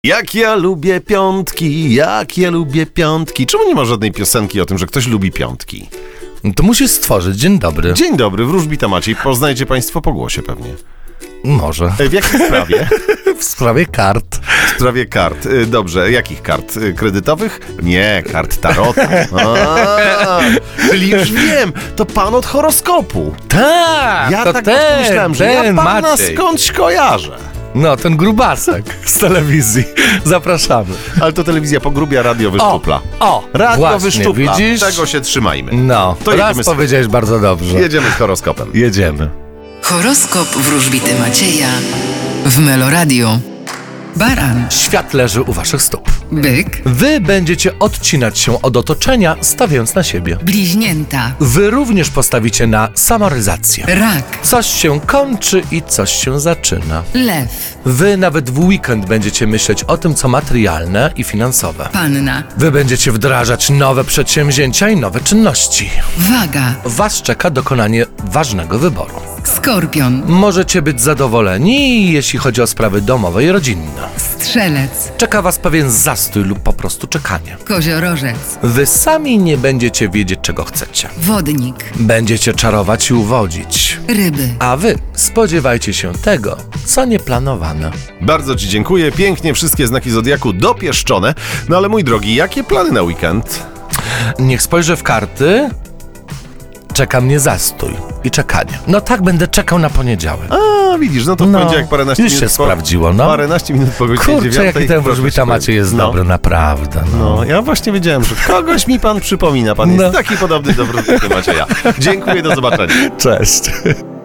Jak ja lubię piątki, jak ja lubię piątki. Czemu nie ma żadnej piosenki o tym, że ktoś lubi piątki? To musisz stworzyć. Dzień dobry. Dzień dobry, wróżbita Maciej. Poznajcie państwo po głosie pewnie. Może. W jakiej sprawie? W sprawie kart. W sprawie kart. Dobrze, jakich kart? Kredytowych? Nie, kart tarota. Czyli już wiem, to pan od horoskopu. Tak, Ja to tak ten, myślałem, że ja pana Maciej. skądś kojarzę. No, ten grubasek z telewizji. Zapraszamy. Ale to telewizja pogrubia, radio wyszczupla. Radio właśnie, wyszczupla. widzisz? Tego się trzymajmy. No, To raz jedziemy z- powiedziałeś bardzo dobrze. Jedziemy z horoskopem. Jedziemy. Horoskop wróżbity Macieja w Meloradio. Baran, Świat leży u waszych stóp. byk, Wy będziecie odcinać się od otoczenia, stawiając na siebie. bliźnięta, Wy również postawicie na samoryzację. rak, Coś się kończy i coś się zaczyna. lew, Wy nawet w weekend będziecie myśleć o tym, co materialne i finansowe. panna, Wy będziecie wdrażać nowe przedsięwzięcia i nowe czynności. waga, Was czeka dokonanie ważnego wyboru. skorpion, Możecie być zadowoleni, jeśli chodzi o sprawy domowe i rodzinne. strzelec, Czeka was pewien zastój lub po prostu czekanie. koziorożec, Wy sami nie będziecie wiedzieć, czego chcecie. wodnik, Będziecie czarować i uwodzić. ryby. A wy spodziewajcie się tego, co nieplanowane. Bardzo ci dziękuję. Pięknie wszystkie znaki zodiaku dopieszczone. No ale mój drogi, jakie plany na weekend? Niech spojrzę w karty. Czeka mnie zastój i czekanie. No tak, będę czekał na poniedziałek. A, widzisz, no to w poniedziałek paręnaście już minut się sprawdziło, no. Paręnaście minut po godzinie Kurczę, 9. jaki ten wróżbita Maciej jest dobry, naprawdę. No, ja właśnie wiedziałem, że kogoś mi pan przypomina. Pan No. jest taki podobny do wróżbity Macieja. Dziękuję, do zobaczenia. Cześć.